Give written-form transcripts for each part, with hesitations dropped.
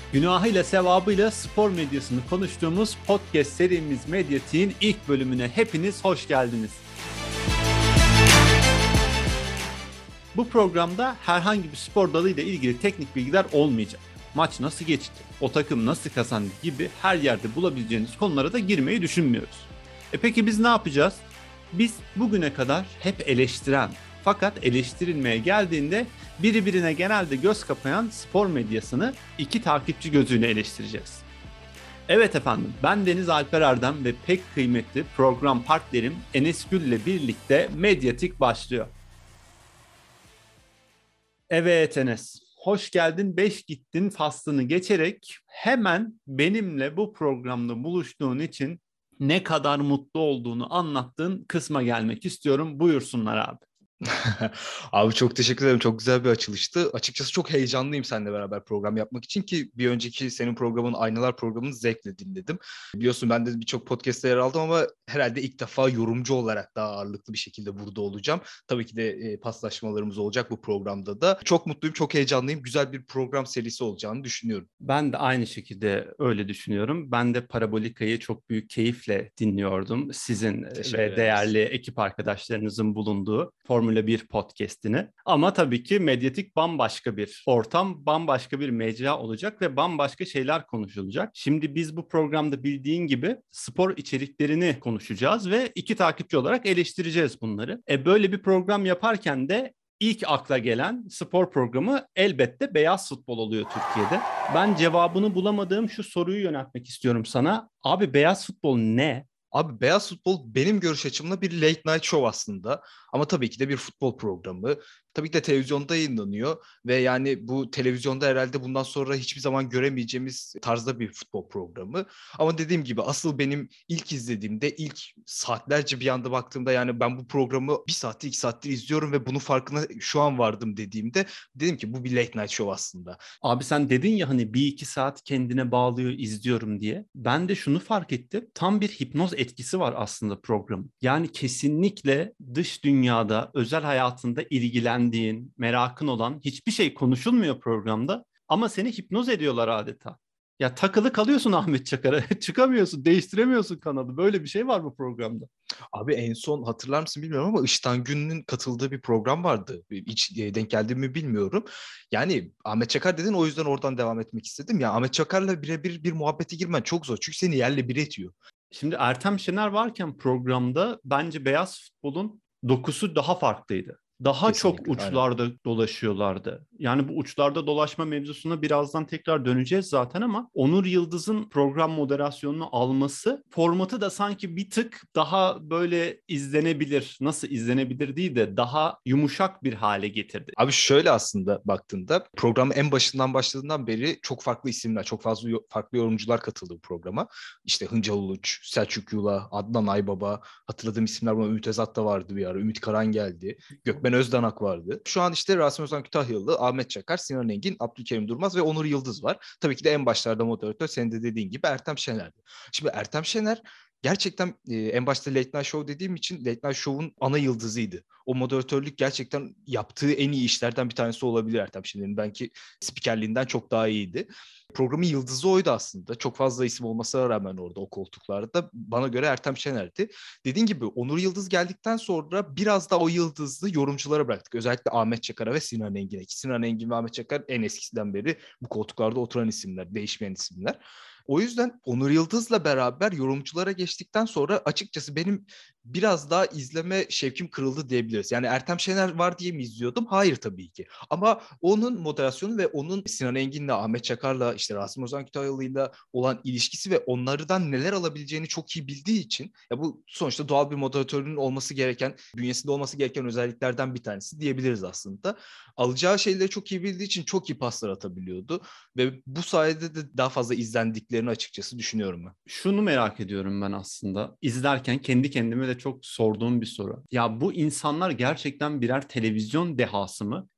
Günahıyla sevabıyla spor medyasını konuştuğumuz podcast serimiz Medyatik'in ilk bölümüne hepiniz hoş geldiniz. Bu programda herhangi bir spor dalıyla ilgili teknik bilgiler olmayacak. Maç nasıl geçti, o takım nasıl kazandı gibi her yerde bulabileceğiniz konulara da girmeyi düşünmüyoruz. Peki biz ne yapacağız? Biz bugüne kadar hep eleştiren, fakat eleştirilmeye geldiğinde birbirine genelde göz kapayan spor medyasını iki takipçi gözüyle eleştireceğiz. Evet efendim, ben Deniz Alper Erdem ve pek kıymetli program partnerim Enes Gül ile birlikte Medyatik başlıyor. Evet Enes, hoş geldin, 5 gittin faslını geçerek hemen benimle bu programda buluştuğun için ne kadar mutlu olduğunu anlattığın kısma gelmek istiyorum. Buyursunlar abi. Abi çok teşekkür ederim. Çok güzel bir açılıştı. Açıkçası çok heyecanlıyım seninle beraber program yapmak için ki bir önceki senin programın Aynalar programını zevkle dinledim. Biliyorsun ben de birçok podcast'te yer aldım ama herhalde ilk defa yorumcu olarak daha ağırlıklı bir şekilde burada olacağım. Tabii ki de paslaşmalarımız olacak bu programda da. Çok mutluyum, çok heyecanlıyım. Güzel bir program serisi olacağını düşünüyorum. Ben de aynı şekilde öyle düşünüyorum. Ben de Parabolika'yı çok büyük keyifle dinliyordum. Sizin Teşekkür ve ederiz. değerli ekip arkadaşlarınızın bulunduğu Formula 1 podcast'ini. Ama tabii ki Medyatik bambaşka bir ortam, bambaşka bir mecra olacak ve bambaşka şeyler konuşulacak. Şimdi biz bu programda bildiğin gibi spor içeriklerini konuşacağız ve iki takipçi olarak eleştireceğiz bunları. Böyle bir program yaparken de İlk akla gelen spor programı elbette beyaz futbol oluyor Türkiye'de. Ben cevabını bulamadığım şu soruyu yöneltmek istiyorum sana. Abi beyaz futbol ne? Abi beyaz futbol benim görüş açımla bir late night show aslında. Ama tabii ki de bir futbol programı. Tabii ki de televizyonda yayınlanıyor ve yani bu televizyonda herhalde bundan sonra hiçbir zaman göremeyeceğimiz tarzda bir futbol programı. Ama dediğim gibi asıl benim ilk izlediğimde, ilk saatlerce bir anda baktığımda yani ben bu programı bir saattir, 2 saattir izliyorum ve bunun farkına şu an vardım dediğimde dedim ki bu bir late night show aslında. Abi sen dedin ya hani bir iki saat kendine bağlıyor izliyorum diye. Ben de şunu fark ettim. Tam bir hipnoz etkisi var aslında programın. Yani kesinlikle dış dünyada, özel hayatında ilgilendiğin, merakın olan hiçbir şey konuşulmuyor programda. Ama seni hipnoz ediyorlar adeta. Ya takılı kalıyorsun Ahmet Çakar'a. Çıkamıyorsun, değiştiremiyorsun kanalı. Böyle bir şey var bu programda. Abi en son hatırlar mısın bilmiyorum ama Işıtan Gün'ün katıldığı bir program vardı. Hiç denk geldi mi bilmiyorum. Yani Ahmet Çakar dedin o yüzden oradan devam etmek istedim. Ya Ahmet Çakar'la birebir bir muhabbete girmen çok zor. Çünkü seni yerle bir ediyor. Şimdi Ertem Şener varken programda bence beyaz futbolun dokusu daha farklıydı. Daha çok Kesinlikle aynen. uçlarda dolaşıyorlardı. Yani bu uçlarda dolaşma mevzusuna birazdan tekrar döneceğiz zaten ama Onur Yıldız'ın program moderasyonunu alması formatı da sanki bir tık daha böyle izlenebilir, nasıl izlenebilir değil de daha yumuşak bir hale getirdi. Abi şöyle aslında baktığında program en başından başladığından beri çok farklı isimler, çok fazla farklı yorumcular katıldı bu programa. İşte Hıncal Uluç, Selçuk Yula, Adnan Aybaba, hatırladığım isimler var. Ümit Özat da vardı bir ara. Ümit Karan geldi. Gökmen Özdanak vardı. Şu an işte Rasim Ozan Kütahyalı, Ahmet Çakar, Sinan Engin, Abdülkerim Durmaz ve Onur Yıldız var. Tabii ki de en başlarda moderatör senin de dediğin gibi Ertem Şener'di. Şimdi Ertem Şener gerçekten en başta Late Night Show dediğim için Late Night Show'un ana yıldızıydı. O moderatörlük gerçekten yaptığı en iyi işlerden bir tanesi olabilir Ertem Şener'in. Belki spikerliğinden çok daha iyiydi. Programın yıldızı oydu aslında. Çok fazla isim olmasına rağmen orada o koltuklarda bana göre Ertem Şener'di. Dediğin gibi Onur Yıldız geldikten sonra biraz da o yıldızlı yorumculara bıraktık. Özellikle Ahmet Çakar'a ve Sinan Engin'e. Sinan Engin ve Ahmet Çakar en eskisinden beri bu koltuklarda oturan isimler, değişmeyen isimler. O yüzden Onur Yıldız'la beraber yorumculara geçtikten sonra açıkçası benim biraz daha izleme şevkim kırıldı diyebiliriz. Yani Ertem Şener var diye mi izliyordum? Hayır tabii ki. Ama onun moderasyonu ve onun Sinan Engin'le, Ahmet Çakar'la, işte Rasim Ozan Kütahyalı'yla olan ilişkisi ve onlardan neler alabileceğini çok iyi bildiği için ya bu sonuçta doğal bir moderatörün olması gereken, bünyesinde olması gereken özelliklerden bir tanesi diyebiliriz aslında. Alacağı şeyleri çok iyi bildiği için çok iyi paslar atabiliyordu ve bu sayede de daha fazla izlendiklerini açıkçası düşünüyorum ben. Şunu merak ediyorum ben aslında. İzlerken kendi kendime de çok sorduğum bir soru. Ya bu insanlar gerçekten birer televizyon dehası mı?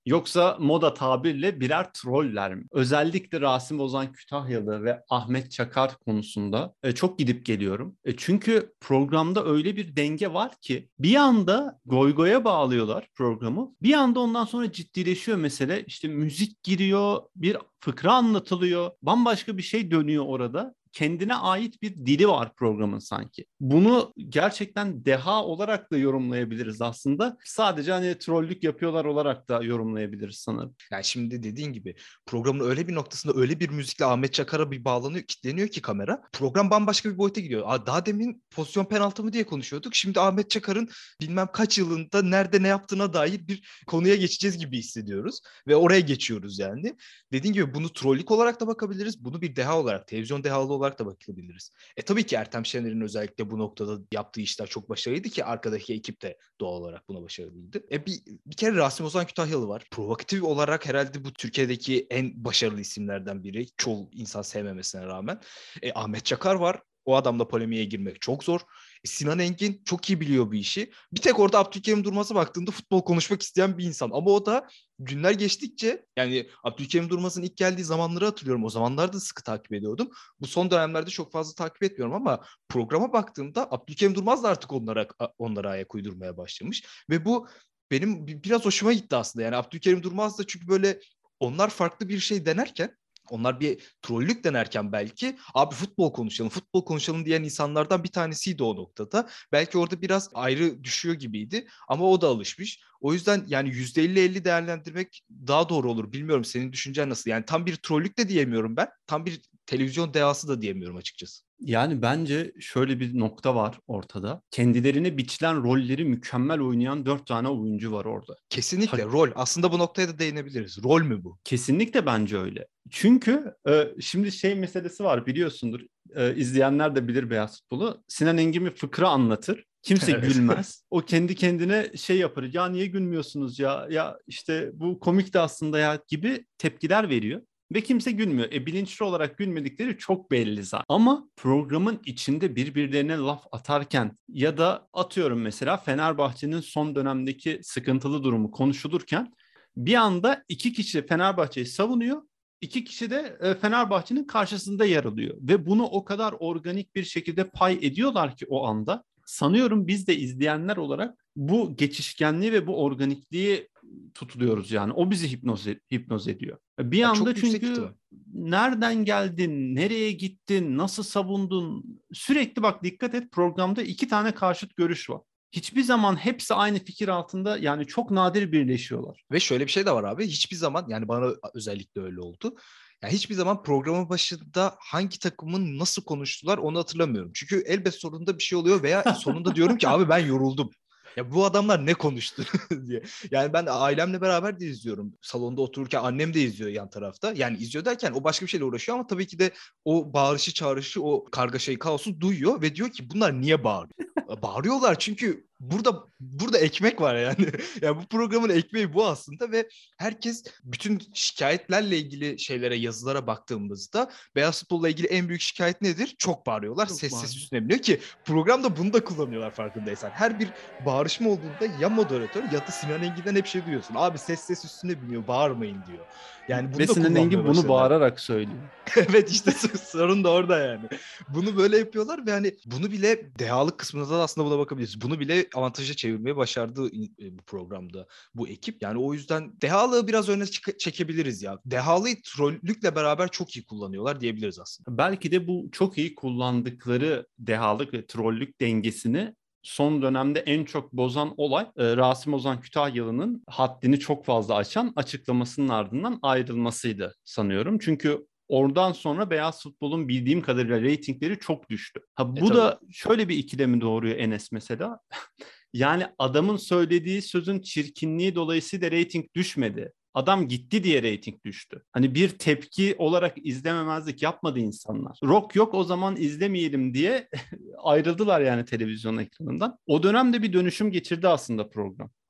Yoksa moda tabirle birer troller mi? Özellikle Rasim Ozan Kütahyalı ve Ahmet Çakar konusunda çok gidip geliyorum. Çünkü programda öyle bir denge var ki bir anda goygoya bağlıyorlar programı. Bir anda ondan sonra ciddileşiyor mesele. İşte müzik giriyor, bir fıkra anlatılıyor. Bambaşka bir şey dönüyor orada. Kendine ait bir dili var programın sanki. Bunu gerçekten deha olarak da yorumlayabiliriz aslında. Sadece hani trollük yapıyorlar olarak da yorumlayabiliriz sanırım. Yani şimdi dediğin gibi programın öyle bir noktasında öyle bir müzikle Ahmet Çakar'a bir bağlanıyor, kilitleniyor ki kamera. Program bambaşka bir boyuta gidiyor. Daha demin pozisyon penaltı mı diye konuşuyorduk. Şimdi Ahmet Çakar'ın bilmem kaç yılında nerede ne yaptığına dair bir konuya geçeceğiz gibi hissediyoruz. Ve oraya geçiyoruz yani. Dediğin gibi bunu trollük olarak da bakabiliriz. Bunu bir deha olarak, televizyon dehalı olarak da bakabiliriz. Tabii ki Ertem Şener'in özellikle bu noktada yaptığı işler çok başarılıydı ki arkadaki ekip de doğal olarak buna başarılıydı. Bir kere Rasim Ozan Kütahyalı var. Provokatif olarak herhalde bu Türkiye'deki en başarılı isimlerden biri. Çoğu insan sevmemesine rağmen. Ahmet Çakar var. O adamla polemiğe girmek çok zor. Sinan Engin çok iyi biliyor bu işi. Bir tek orada Abdülkerim Durmaz'a baktığında futbol konuşmak isteyen bir insan. Ama o da günler geçtikçe, yani Abdülkerim Durmaz'ın ilk geldiği zamanları hatırlıyorum. O zamanlarda sıkı takip ediyordum. Bu son dönemlerde çok fazla takip etmiyorum ama programa baktığımda Abdülkerim Durmaz da artık onlara ayak uydurmaya başlamış. Ve bu benim biraz hoşuma gitti aslında. Yani Abdülkerim Durmaz da, çünkü böyle onlar farklı bir şey denerken, onlar bir trollük denerken belki abi futbol konuşalım diyen insanlardan bir tanesiydi o noktada. Belki orada biraz ayrı düşüyor gibiydi ama o da alışmış. O yüzden yani %50-50 değerlendirmek daha doğru olur. Bilmiyorum, senin düşüncen nasıl? Yani tam bir trollük de diyemiyorum ben. Tam bir televizyon dehası da diyemiyorum açıkçası. Yani bence şöyle bir nokta var ortada. Kendilerine biçilen rolleri mükemmel oynayan 4 tane oyuncu var orada. Kesinlikle rol. Aslında bu noktaya da değinebiliriz. Rol mü bu? Kesinlikle bence öyle. Çünkü şimdi şey meselesi var biliyorsundur. İzleyenler de bilir beyaz futbolu. Sinan Engin bir fıkra anlatır. Kimse Evet. gülmez. O kendi kendine şey yapar. Ya niye gülmüyorsunuz ya? Ya işte bu komik de aslında ya gibi tepkiler veriyor. Ve kimse gülmüyor. Bilinçli olarak gülmedikleri çok belli zaten. Ama programın içinde birbirlerine laf atarken ya da atıyorum mesela Fenerbahçe'nin son dönemdeki sıkıntılı durumu konuşulurken bir anda iki kişi Fenerbahçe'yi savunuyor. İki kişi de Fenerbahçe'nin karşısında yer alıyor. Ve bunu o kadar organik bir şekilde pay ediyorlar ki o anda. Sanıyorum biz de izleyenler olarak bu geçişkenliği ve bu organikliği tutuluyoruz yani. O bizi hipnoz ediyor. Bir Ya anda çok yüksek çünkü ihtimal. nereden geldin, nereye gittin, nasıl savundun? Sürekli bak dikkat et programda 2 tane karşıt görüş var. Hiçbir zaman hepsi aynı fikir altında yani çok nadir birleşiyorlar. Ve şöyle bir şey de var abi. Hiçbir zaman, yani bana özellikle öyle oldu. Yani hiçbir zaman programın başında hangi takımın nasıl konuştular onu hatırlamıyorum. Çünkü elbet sonunda bir şey oluyor veya sonunda diyorum ki abi ben yoruldum. Ya bu adamlar ne konuştu diye. Yani ben ailemle beraber de izliyorum. Salonda otururken annem de izliyor yan tarafta. Yani izliyor derken o başka bir şeyle uğraşıyor ama tabii ki de o bağırışı çağrışı, o kargaşayı, kaosu duyuyor ve diyor ki bunlar niye bağırıyor? Bağırıyorlar çünkü burada ekmek var yani. Yani bu programın ekmeği bu aslında ve herkes, bütün şikayetlerle ilgili şeylere, yazılara baktığımızda beyaz futbolla ilgili en büyük şikayet nedir? Çok bağırıyorlar. Çok Ses ses bağırıyor. üstüne biniyor ki programda bunu da kullanıyorlar farkındaysan. Her bir bağırışma olduğunda ya moderatör ya da Sinan Engin'den hep şey duyuyorsun. Abi ses üstüne biniyor, bağırmayın diyor. Yani Ve bunu da Sinan kullanmaya Engin bunu başladılar. bağırarak söylüyor. Evet, işte sorun da orada yani. Bunu böyle yapıyorlar ve hani bunu bile, dehalık kısmında da aslında buna bakabiliriz. Bunu bile avantaja çevirmeye başardı bu programda bu ekip. Yani o yüzden dehalığı biraz öne çekebiliriz ya. Dehalıyı trollükle beraber çok iyi kullanıyorlar diyebiliriz aslında. Belki de bu çok iyi kullandıkları dehalık ve trollük dengesini son dönemde en çok bozan olay Rasim Ozan Kütahyalı'nın haddini çok fazla aşan açıklamasının ardından ayrılmasıydı sanıyorum. Çünkü oradan sonra beyaz futbolun bildiğim kadarıyla reytingleri çok düştü. Bu Tabii. da şöyle bir ikilemi doğuruyor Enes mesela. Yani adamın söylediği sözün çirkinliği dolayısıyla reyting düşmedi. Adam gitti diye reyting düştü. Hani bir tepki olarak izlememezlik yapmadı insanlar. Rock yok o zaman izlemeyelim diye ayrıldılar yani televizyon ekranından. O dönemde bir dönüşüm geçirdi aslında program.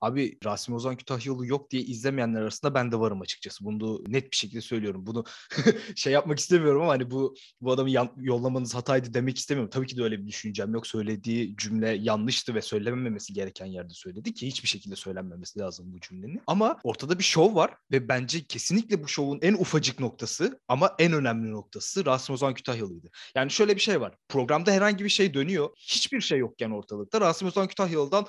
Abi Rasim Ozan Kütahyalı yok diye izlemeyenler arasında ben de varım açıkçası. Bunu net bir şekilde söylüyorum. Bunu şey yapmak istemiyorum ama hani bu adamı yollamanız hataydı demek istemiyorum. Tabii ki de öyle bir düşüncem yok. Söylediği cümle yanlıştı ve söylememesi gereken yerde söyledi ki hiçbir şekilde söylenmemesi lazım bu cümlenin. Ama ortada bir şov var ve bence kesinlikle bu şovun en ufacık noktası ama en önemli noktası Rasim Ozan Kütahyalı'ydı. Yani şöyle bir şey var. Programda herhangi bir şey dönüyor. Hiçbir şey yokken ortalıkta Rasim Ozan Kütahyalı'dan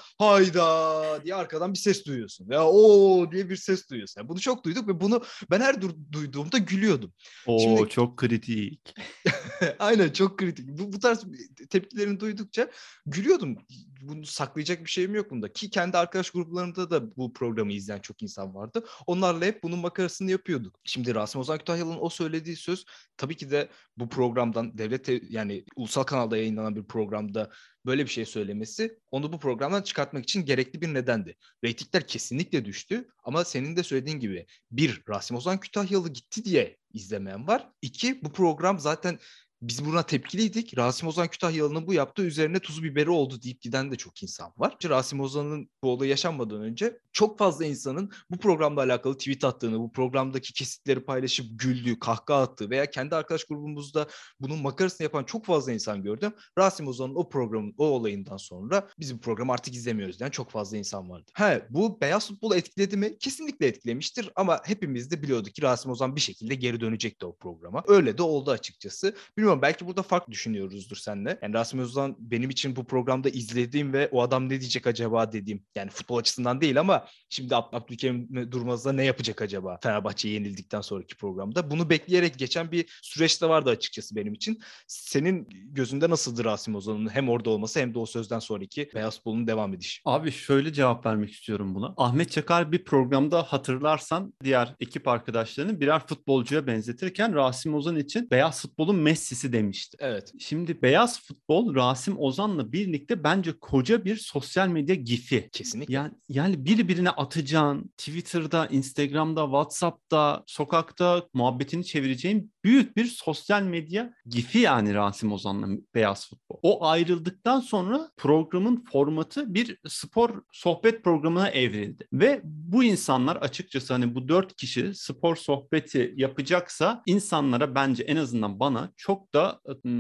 hayda diye arkadan bir ses duyuyorsun. Veya o diye bir ses duyuyorsun. Yani bunu çok duyduk ve bunu ben her duyduğumda gülüyordum. Oo, Şimdi çok kritik. aynen çok kritik. Bu tarz tepkilerini duydukça gülüyordum. Bunu saklayacak bir şeyim yok bunda. Ki kendi arkadaş gruplarımda da bu programı izleyen çok insan vardı. Onlarla hep bunun makarasını yapıyorduk. Şimdi Rasim Ozan Kütahyalı'nın o söylediği söz tabii ki de bu programdan yani ulusal kanalda yayınlanan bir programda böyle bir şey söylemesi onu bu programdan çıkartmak için gerekli bir nedendi. Reytingler kesinlikle düştü ama senin de söylediğin gibi bir, Rasim Ozan Kütahyalı gitti diye izlemeyen var. İki, bu program zaten biz buna tepkiliydik. Rasim Ozan Kütahyalı'nın bu yaptığı üzerine tuz biberi oldu deyip giden de çok insan var. Rasim Ozan'ın bu olay yaşanmadan önce çok fazla insanın bu programla alakalı tweet attığını, bu programdaki kesitleri paylaşıp güldüğü, kahkaha attığı veya kendi arkadaş grubumuzda bunun makarasını yapan çok fazla insan gördüm. Rasim Ozan'ın o programın, o olayından sonra biz bu programı artık izlemiyoruz diyen çok fazla insan vardı. Bu beyaz futbolu etkiledi mi? Kesinlikle etkilemiştir ama hepimiz de biliyorduk ki Rasim Ozan bir şekilde geri dönecekti o programa. Öyle de oldu açıkçası. Bilmiyorum, belki burada farklı düşünüyoruzdur seninle. Yani Rasim Ozan benim için bu programda izlediğim ve o adam ne diyecek acaba dediğim, yani futbol açısından değil ama şimdi Abdülkerim Durmaz'da ne yapacak acaba Fenerbahçe yenildikten sonraki programda? Bunu bekleyerek geçen bir süreçte vardı açıkçası benim için. Senin gözünde nasıldır Rasim Ozan'ın hem orada olması hem de o sözden sonraki beyaz futbolun devam edişi? Abi şöyle cevap vermek istiyorum buna. Ahmet Çakar bir programda hatırlarsan diğer ekip arkadaşlarını birer futbolcuya benzetirken Rasim Ozan için beyaz futbolun Messi'si demişti. Evet. Şimdi beyaz futbol Rasim Ozan'la birlikte bence koca bir sosyal medya gifi. Kesinlikle. Yani birbirine atacağın, Twitter'da, Instagram'da, WhatsApp'ta, sokakta muhabbetini çevireceğin büyük bir sosyal medya gifi yani Rasim Ozan'la beyaz futbol. O ayrıldıktan sonra programın formatı bir spor sohbet programına evrildi. Ve bu insanlar açıkçası hani bu 4 kişi spor sohbeti yapacaksa insanlara bence en azından bana çok da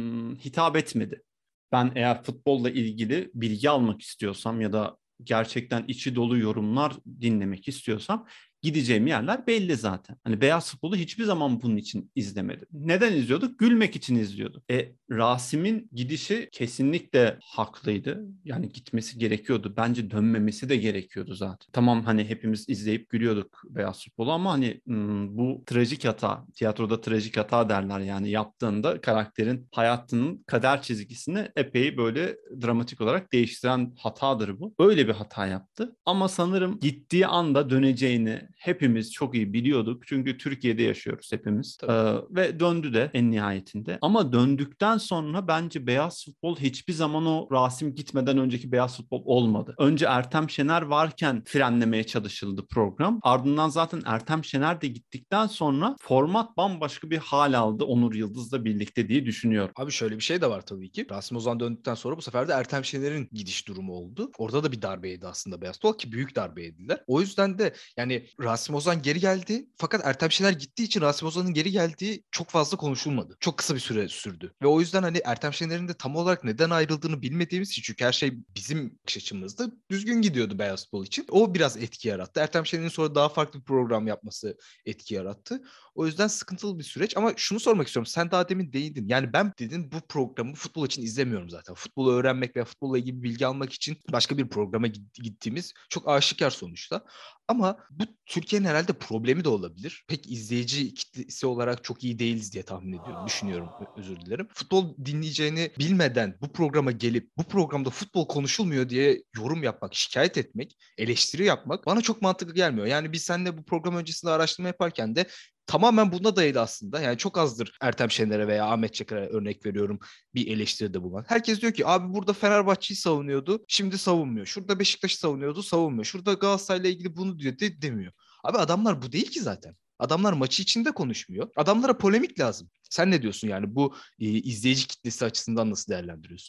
hitap etmedi. Ben eğer futbolla ilgili bilgi almak istiyorsam ya da gerçekten içi dolu yorumlar dinlemek istiyorsam gideceğim yerler belli zaten. Hani beyaz futbolu hiçbir zaman bunun için izlemedim. Neden izliyorduk? Gülmek için izliyorduk. Rasim'in gidişi kesinlikle haklıydı. Yani gitmesi gerekiyordu. Bence dönmemesi de gerekiyordu zaten. Tamam hani hepimiz izleyip gülüyorduk beyaz futbolu ama hani bu trajik hata, tiyatroda trajik hata derler yani yaptığında karakterin hayatının kader çizgisini epey böyle dramatik olarak değiştiren hatadır bu. Öyle bir hata yaptı. Ama sanırım gittiği anda döneceğini hepimiz çok iyi biliyorduk. Çünkü Türkiye'de yaşıyoruz hepimiz. Ve döndü de en nihayetinde. Ama döndükten sonra bence beyaz futbol hiçbir zaman o Rasim gitmeden önceki beyaz futbol olmadı. Önce Ertem Şener varken frenlemeye çalışıldı program. Ardından zaten Ertem Şener de gittikten sonra format bambaşka bir hal aldı Onur Yıldız'la birlikte diye düşünüyorum. Abi şöyle bir şey de var tabii ki. Rasim Ozan döndükten sonra bu sefer de Ertem Şener'in gidiş durumu oldu. Orada da bir darbe yedi aslında beyaz futbol ki büyük darbe yediler. O yüzden de yani Rasim Ozan geri geldi fakat Ertem Şener gittiği için Rasim Ozan'ın geri geldiği çok fazla konuşulmadı. Çok kısa bir süre sürdü. Ve o yüzden hani Ertem Şener'in de tam olarak neden ayrıldığını bilmediğimiz için, çünkü her şey bizim bakış açımızda düzgün gidiyordu beyaz futbol için. O biraz etki yarattı. Ertem Şener'in sonra daha farklı bir program yapması etki yarattı. O yüzden sıkıntılı bir süreç ama şunu sormak istiyorum. Sen daha demin değindin. Yani ben dedin bu programı futbol için izlemiyorum zaten. Futbolu öğrenmek veya futbolla ilgili bilgi almak için başka bir programa gittiğimiz çok aşikar sonuçta. Ama bu Türkiye'nin herhalde problemi de olabilir. Pek izleyici kitlesi olarak çok iyi değiliz diye tahmin ediyorum. Düşünüyorum, özür dilerim. Futbol dinleyeceğini bilmeden bu programa gelip bu programda futbol konuşulmuyor diye yorum yapmak, şikayet etmek, eleştiri yapmak bana çok mantıklı gelmiyor. Yani biz seninle bu program öncesinde araştırma yaparken de tamamen buna dayalı aslında. Yani çok azdır Ertem Şener'e veya Ahmet Çakar'a örnek veriyorum bir eleştiride bulunan. Herkes diyor ki abi burada Fenerbahçe'yi savunuyordu, şimdi savunmuyor. Şurada Beşiktaş'ı savunuyordu, savunmuyor. Şurada Galatasaray'la ilgili bunu diyor demiyor. Abi adamlar bu değil ki zaten. Adamlar maçı içinde konuşmuyor. Adamlara polemik lazım. Sen ne diyorsun yani bu izleyici kitlesi açısından nasıl değerlendiriyorsun?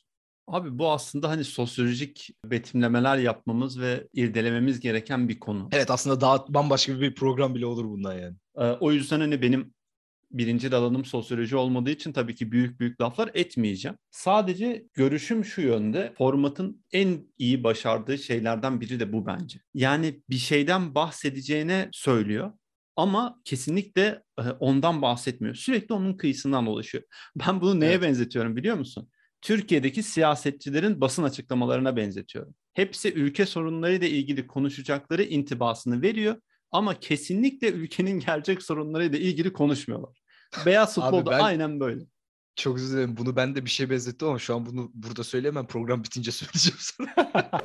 Abi bu aslında hani sosyolojik betimlemeler yapmamız ve irdelememiz gereken bir konu. Evet, aslında daha bambaşka bir program bile olur bundan yani. O yüzden hani benim birinci alanım sosyoloji olmadığı için tabii ki büyük büyük laflar etmeyeceğim. Sadece görüşüm şu yönde. Formatın en iyi başardığı şeylerden biri de bu bence. Yani bir şeyden bahsedeceğine söylüyor ama kesinlikle ondan bahsetmiyor. Sürekli onun kıyısından dolaşıyor. Ben bunu neye Evet. benzetiyorum biliyor musun? Türkiye'deki siyasetçilerin basın açıklamalarına benzetiyorum. Hepsi ülke sorunlarıyla ilgili konuşacakları intibasını veriyor ama kesinlikle ülkenin gerçek sorunlarıyla ilgili konuşmuyorlar. Beyaz Abi futbolda ben aynen böyle. çok özür dilerim. Bunu ben de bir şey benzettim ama şu an bunu burada söyleyemem. Program bitince söyleyeceğim sana.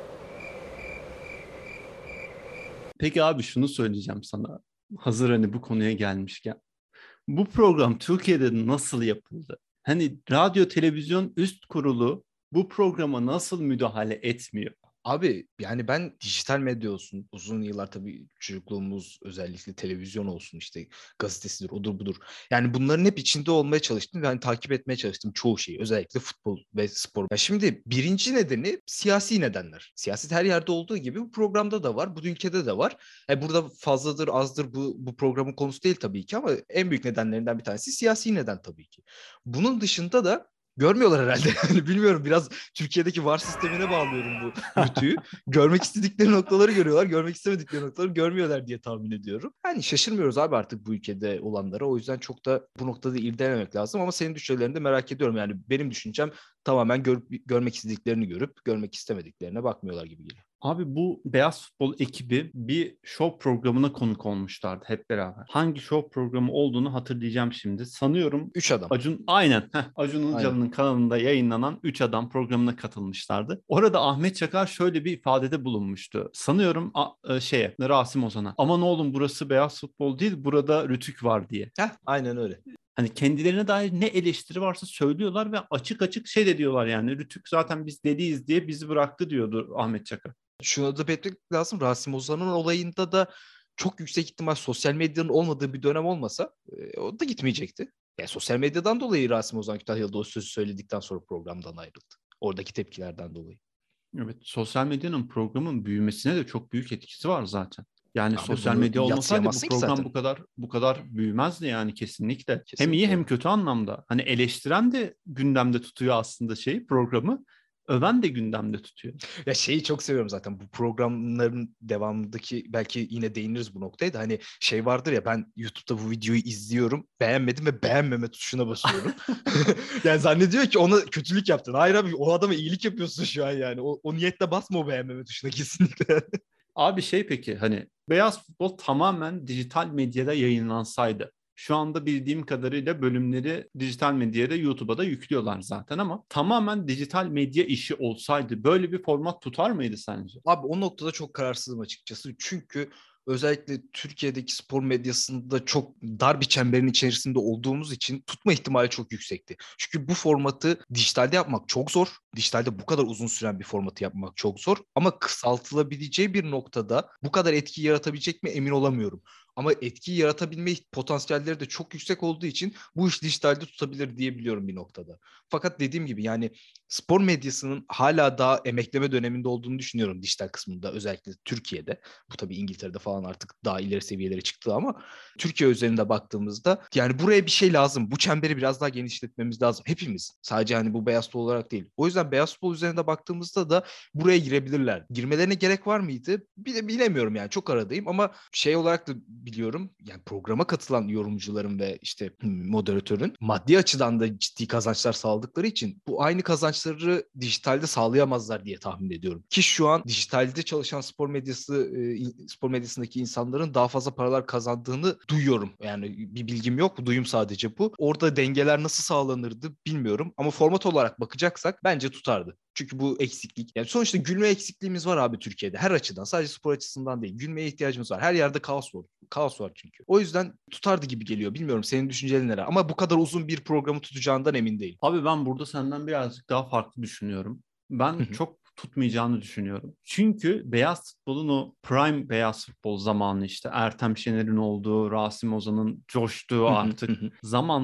Peki abi şunu söyleyeceğim sana. Hazır hani bu konuya gelmişken. Bu program Türkiye'de nasıl yapıldı? Hani radyo televizyon üst kurulu bu programa nasıl müdahale etmiyor? Abi yani ben dijital medya olsun, uzun yıllar tabii çocukluğumuz özellikle televizyon olsun, işte gazetesidir, odur budur. Yani bunların hep içinde olmaya çalıştım ve hani takip etmeye çalıştım çoğu şeyi. Özellikle futbol ve spor. Ya şimdi birinci nedeni siyasi nedenler. Siyaset her yerde olduğu gibi bu programda da var, bu ülkede de var. Burada fazladır azdır bu programın konusu değil tabii ki ama en büyük nedenlerinden bir tanesi siyasi neden tabii ki. Bunun dışında da görmüyorlar herhalde. Yani bilmiyorum, biraz Türkiye'deki VAR sistemine bağlıyorum bu rütüyü. Görmek istedikleri noktaları görüyorlar, görmek istemedikleri noktaları görmüyorlar diye tahmin ediyorum. Yani şaşırmıyoruz abi artık bu ülkede olanlara. O yüzden çok da bu noktada irdelememek lazım ama senin düşüncelerini de merak ediyorum. Yani benim düşüncem tamamen görmek istediklerini görüp görmek istemediklerine bakmıyorlar gibi geliyor. Abi bu Beyaz Futbol ekibi bir show programına konuk olmuşlardı hep beraber. Hangi show programı olduğunu hatırlayacağım şimdi. Sanıyorum Üç adam. Acun Aynen. Ilıcalı'nın kanalında yayınlanan Üç Adam programına katılmışlardı. Orada Ahmet Çakar şöyle bir ifadede bulunmuştu. Sanıyorum Rasim Ozan'a. Aman oğlum burası Beyaz Futbol değil, burada Rütük var diye. Aynen öyle. Hani kendilerine dair ne eleştiri varsa söylüyorlar ve açık açık şey de diyorlar yani. Rütük zaten biz deliyiz diye bizi bıraktı diyordu Ahmet Çakar. Şunu da belirtmek lazım. Rasim Ozan'ın olayında da çok yüksek ihtimal sosyal medyanın olmadığı bir dönem olmasa o da gitmeyecekti. Yani sosyal medyadan dolayı Rasim Ozan Kütahyalı'da o sözü söyledikten sonra programdan ayrıldı. Oradaki tepkilerden dolayı. Evet, sosyal medyanın programın büyümesine de çok büyük etkisi var zaten. Yani Abi sosyal bunu medya olmasaydı bu yadsıyamazsın ki program zaten. bu kadar büyümezdi yani kesinlikle. Hem iyi Kesinlikle hem öyle. kötü anlamda. Hani eleştiren de gündemde tutuyor aslında programı. Öven de gündemde tutuyor. Ya şeyi çok seviyorum zaten, bu programların devamındaki, belki yine değiniriz bu noktaya da, hani şey vardır ya, ben YouTube'da bu videoyu izliyorum, beğenmedim ve beğenmeme tuşuna basıyorum. Yani zannediyor ki ona kötülük yaptın. Hayır abi, o adama iyilik yapıyorsun şu an yani. O niyetle basma o beğenmeme tuşuna kesinlikle. Abi peki hani Beyaz Futbol tamamen dijital medyada yayınlansaydı. Şu anda bildiğim kadarıyla bölümleri dijital medyaya da YouTube'a da yüklüyorlar zaten ama tamamen dijital medya işi olsaydı böyle bir format tutar mıydı sence? Abi o noktada çok kararsızım açıkçası. Çünkü özellikle Türkiye'deki spor medyasında çok dar bir çemberin içerisinde olduğumuz için tutma ihtimali çok yüksekti. Çünkü bu formatı dijitalde yapmak çok zor. Dijitalde bu kadar uzun süren bir formatı yapmak çok zor. Ama kısaltılabileceği bir noktada bu kadar etki yaratabilecek mi emin olamıyorum. Ama etkiyi yaratabilme potansiyelleri de çok yüksek olduğu için bu iş dijitalde tutabilir diyebiliyorum bir noktada. Fakat dediğim gibi yani spor medyasının hala daha emekleme döneminde olduğunu düşünüyorum dijital kısmında, özellikle Türkiye'de. Bu tabii İngiltere'de falan artık daha ileri seviyelere çıktı ama Türkiye üzerinde baktığımızda yani buraya bir şey lazım. Bu çemberi biraz daha genişletmemiz lazım. Hepimiz. Sadece hani bu beyaz futbol olarak değil. O yüzden beyaz futbol üzerinde baktığımızda da buraya girebilirler. Girmelerine gerek var mıydı? Bilemiyorum yani, çok aradayım ama şey olarak da biliyorum. Yani programa katılan yorumcuların ve işte moderatörün maddi açıdan da ciddi kazançlar sağladıkları için bu aynı kazançları dijitalde sağlayamazlar diye tahmin ediyorum. Ki şu an dijitalde çalışan spor medyasındaki insanların daha fazla paralar kazandığını duyuyorum. Yani bir bilgim yok, duyum sadece bu. Orada dengeler nasıl sağlanırdı bilmiyorum ama format olarak bakacaksak bence tutardı. Çünkü bu eksiklik. Yani sonuçta gülme eksikliğimiz var abi Türkiye'de. Her açıdan. Sadece spor açısından değil. Gülmeye ihtiyacımız var. Her yerde kaos var. Kaos var çünkü. O yüzden tutardı gibi geliyor. Bilmiyorum senin düşüncelerin neler. Ama bu kadar uzun bir programı tutacağından emin değilim. Abi ben burada senden birazcık daha farklı düşünüyorum. Ben çok tutmayacağını düşünüyorum. Çünkü beyaz futbolun o prime beyaz futbol zamanı işte Ertem Şener'in olduğu, Rasim Ozan'ın coştuğu artık zamanda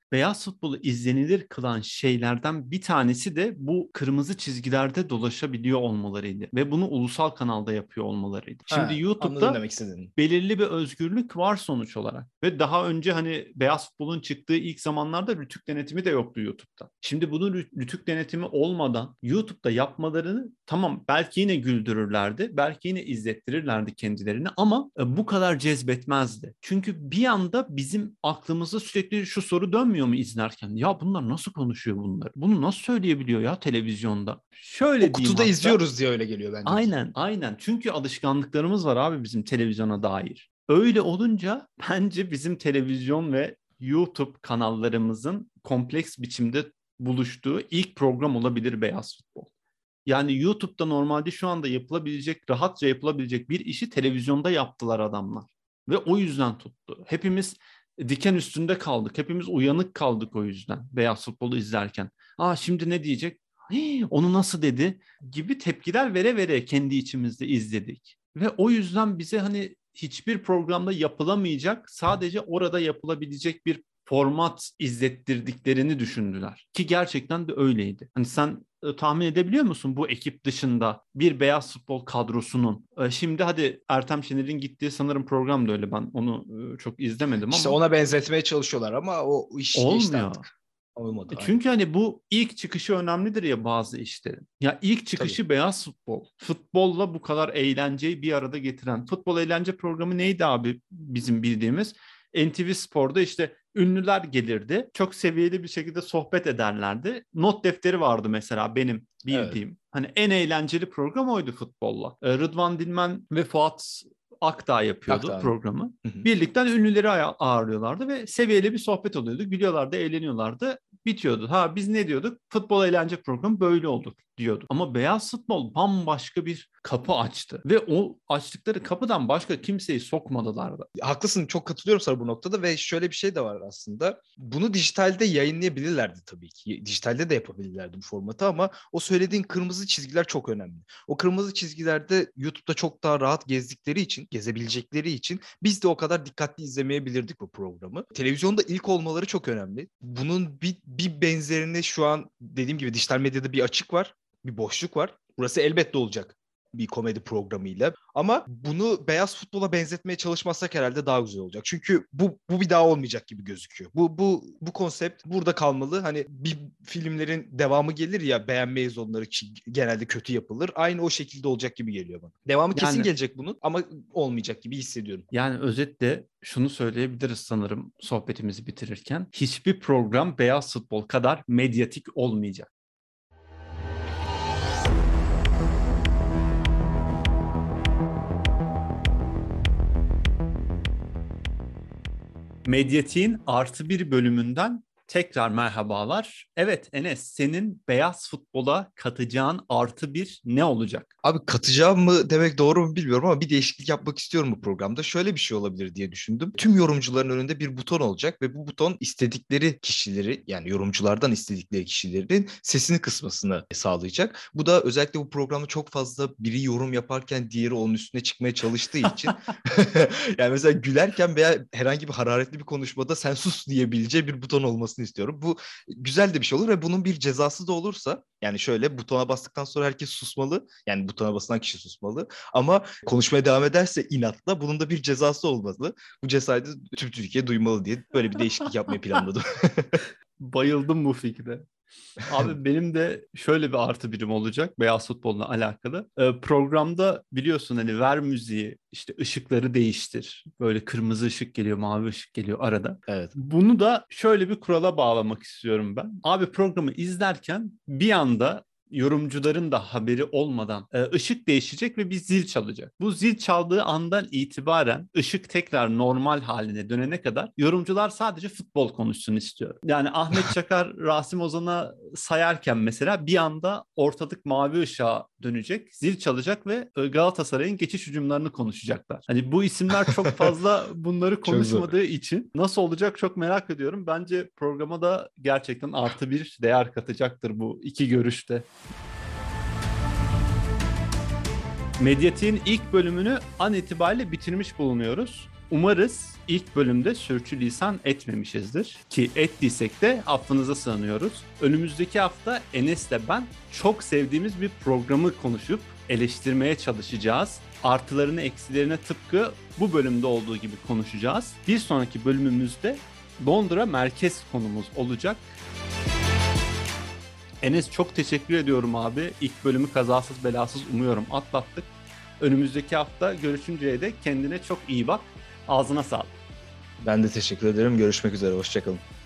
beyaz futbolu izlenilir kılan şeylerden bir tanesi de bu kırmızı çizgilerde dolaşabiliyor olmalarıydı. Ve bunu ulusal kanalda yapıyor olmalarıydı. Şimdi Anladım YouTube'da demek istediğini. belirli bir özgürlük var sonuç olarak. Ve daha önce hani beyaz futbolun çıktığı ilk zamanlarda rütük denetimi de yoktu YouTube'da. Şimdi bunun rütük denetimi olmadan YouTube'da yapmalarını tamam belki yine güldürürlerdi. Belki yine izlettirirlerdi kendilerini ama bu kadar cezbetmezdi. Çünkü bir anda bizim aklımızda sürekli şu soru dönmüyor mu izlerken? Ya bunlar nasıl konuşuyor bunları? Bunu nasıl söyleyebiliyor ya televizyonda? Şöyle O diyeyim kutuda hatta. izliyoruz diye öyle geliyor bence. Aynen. Çünkü alışkanlıklarımız var abi bizim televizyona dair. Öyle olunca bence bizim televizyon ve YouTube kanallarımızın kompleks biçimde buluştuğu ilk program olabilir Beyaz Futbol. Yani YouTube'da normalde şu anda rahatça yapılabilecek bir işi televizyonda yaptılar adamlar. Ve o yüzden tuttu. Hepimiz diken üstünde kaldık. Hepimiz uyanık kaldık o yüzden Beyaz Futbolu izlerken. Şimdi ne diyecek? Onu nasıl dedi? Gibi tepkiler vere vere kendi içimizde izledik. Ve o yüzden bize hani hiçbir programda yapılamayacak, sadece orada yapılabilecek bir format izlettirdiklerini düşündüler. Ki gerçekten de öyleydi. Hani sen tahmin edebiliyor musun bu ekip dışında bir beyaz futbol kadrosunun şimdi hadi Ertem Şener'in gittiği sanırım program da öyle, ben onu çok izlemedim İşte ama ona benzetmeye çalışıyorlar ama o iş geçti olmuyor. artık. Olmadı. Çünkü hani bu ilk çıkışı önemlidir ya bazı işlerin. Ya ilk Tabii. çıkışı beyaz futbol. Futbolla bu kadar eğlenceyi bir arada getiren. Futbol eğlence programı neydi abi bizim bildiğimiz? NTV Spor'da işte ünlüler gelirdi. Çok seviyeli bir şekilde sohbet ederlerdi. Not defteri vardı mesela benim Evet. bildiğim. Hani en eğlenceli program oydu futbolla. Rıdvan Dilmen ve Fuat Akdağ yapıyordu Akdağ'ın. programı. Hı hı. Birlikten ünlüleri ağırlıyorlardı ve seviyeli bir sohbet oluyordu. Gülüyorlardı, eğleniyorlardı. Bitiyordu. Biz ne diyorduk? Futbol eğlence programı böyle olur diyorduk. Ama beyaz futbol bambaşka bir kapı açtı. Ve o açtıkları kapıdan başka kimseyi sokmadılar da. Haklısın, çok katılıyorum sana bu noktada ve şöyle bir şey de var aslında. Bunu dijitalde yayınlayabilirlerdi tabii ki. Dijitalde de yapabilirlerdi bu formatı ama o söylediğin kırmızı çizgiler çok önemli. O kırmızı çizgilerde YouTube'da çok daha rahat gezebilecekleri için biz de o kadar dikkatli izlemeyebilirdik bu programı. Televizyonda ilk olmaları çok önemli. Bunun bir benzerini şu an dediğim gibi dijital medyada bir açık var, bir boşluk var. Burası elbette olacak bir komedi programıyla. Ama bunu beyaz futbola benzetmeye çalışmazsak herhalde daha güzel olacak. Çünkü bu bir daha olmayacak gibi gözüküyor. Bu konsept burada kalmalı. Hani bir filmlerin devamı gelir ya, beğenmeyiz onları, genelde kötü yapılır. Aynı o şekilde olacak gibi geliyor bana. Devamı kesin gelecek bunun ama olmayacak gibi hissediyorum. Yani özetle şunu söyleyebiliriz sanırım sohbetimizi bitirirken. Hiçbir program beyaz futbol kadar medyatik olmayacak. Medyatiğin artı bir bölümünden tekrar merhabalar. Evet Enes, senin beyaz futbola katacağın artı bir ne olacak? Abi katacağım mı demek doğru mu bilmiyorum ama bir değişiklik yapmak istiyorum bu programda. Şöyle bir şey olabilir diye düşündüm. Tüm yorumcuların önünde bir buton olacak ve bu buton istedikleri kişileri, yani yorumculardan istedikleri kişilerin sesini kısmasını sağlayacak. Bu da özellikle bu programda çok fazla biri yorum yaparken diğeri onun üstüne çıkmaya çalıştığı için yani mesela gülerken veya herhangi bir hararetli bir konuşmada sen sus diyebileceği bir buton olmasını istiyorum. Bu güzel de bir şey olur ve bunun bir cezası da olursa, yani şöyle, butona bastıktan sonra herkes susmalı. Yani butona basılan kişi susmalı. Ama konuşmaya devam ederse inatla, bunun da bir cezası olmalı. Bu cezayı tüm Türkiye duymalı diye böyle bir değişiklik yapmayı planladım. Bayıldım bu fikre. Abi benim de şöyle bir artı birim olacak beyaz futbolla alakalı. Programda biliyorsun hani ver müziği, işte ışıkları değiştir. Böyle kırmızı ışık geliyor, mavi ışık geliyor arada. Evet. Bunu da şöyle bir kurala bağlamak istiyorum ben. Abi programı izlerken bir anda yorumcuların da haberi olmadan ışık değişecek ve bir zil çalacak. Bu zil çaldığı andan itibaren ışık tekrar normal haline dönene kadar yorumcular sadece futbol konuşsun istiyorum. Yani Ahmet Çakar, Rasim Ozan'a sayarken mesela bir anda ortalık mavi ışığa dönecek, zil çalacak ve Galatasaray'ın geçiş hücumlarını konuşacaklar. Hani bu isimler çok fazla bunları Çok zor. konuşmadığı için nasıl olacak çok merak ediyorum. Bence programa da gerçekten artı bir değer katacaktır bu iki görüşte. Medyatiğin ilk bölümünü an itibariyle bitirmiş bulunuyoruz. Umarız ilk bölümde sürçülisan etmemişizdir ki ettiysek de affınıza sığınıyoruz. Önümüzdeki hafta Enes'le ben çok sevdiğimiz bir programı konuşup eleştirmeye çalışacağız. Artılarını eksilerine tıpkı bu bölümde olduğu gibi konuşacağız. Bir sonraki bölümümüzde Londra merkez konumuz olacak. Enes çok teşekkür ediyorum abi. İlk bölümü kazasız belasız umuyorum atlattık. Önümüzdeki hafta görüşünceye dek kendine çok iyi bak. Ağzına sağlık. Ben de teşekkür ederim. Görüşmek üzere. Hoşça kalın.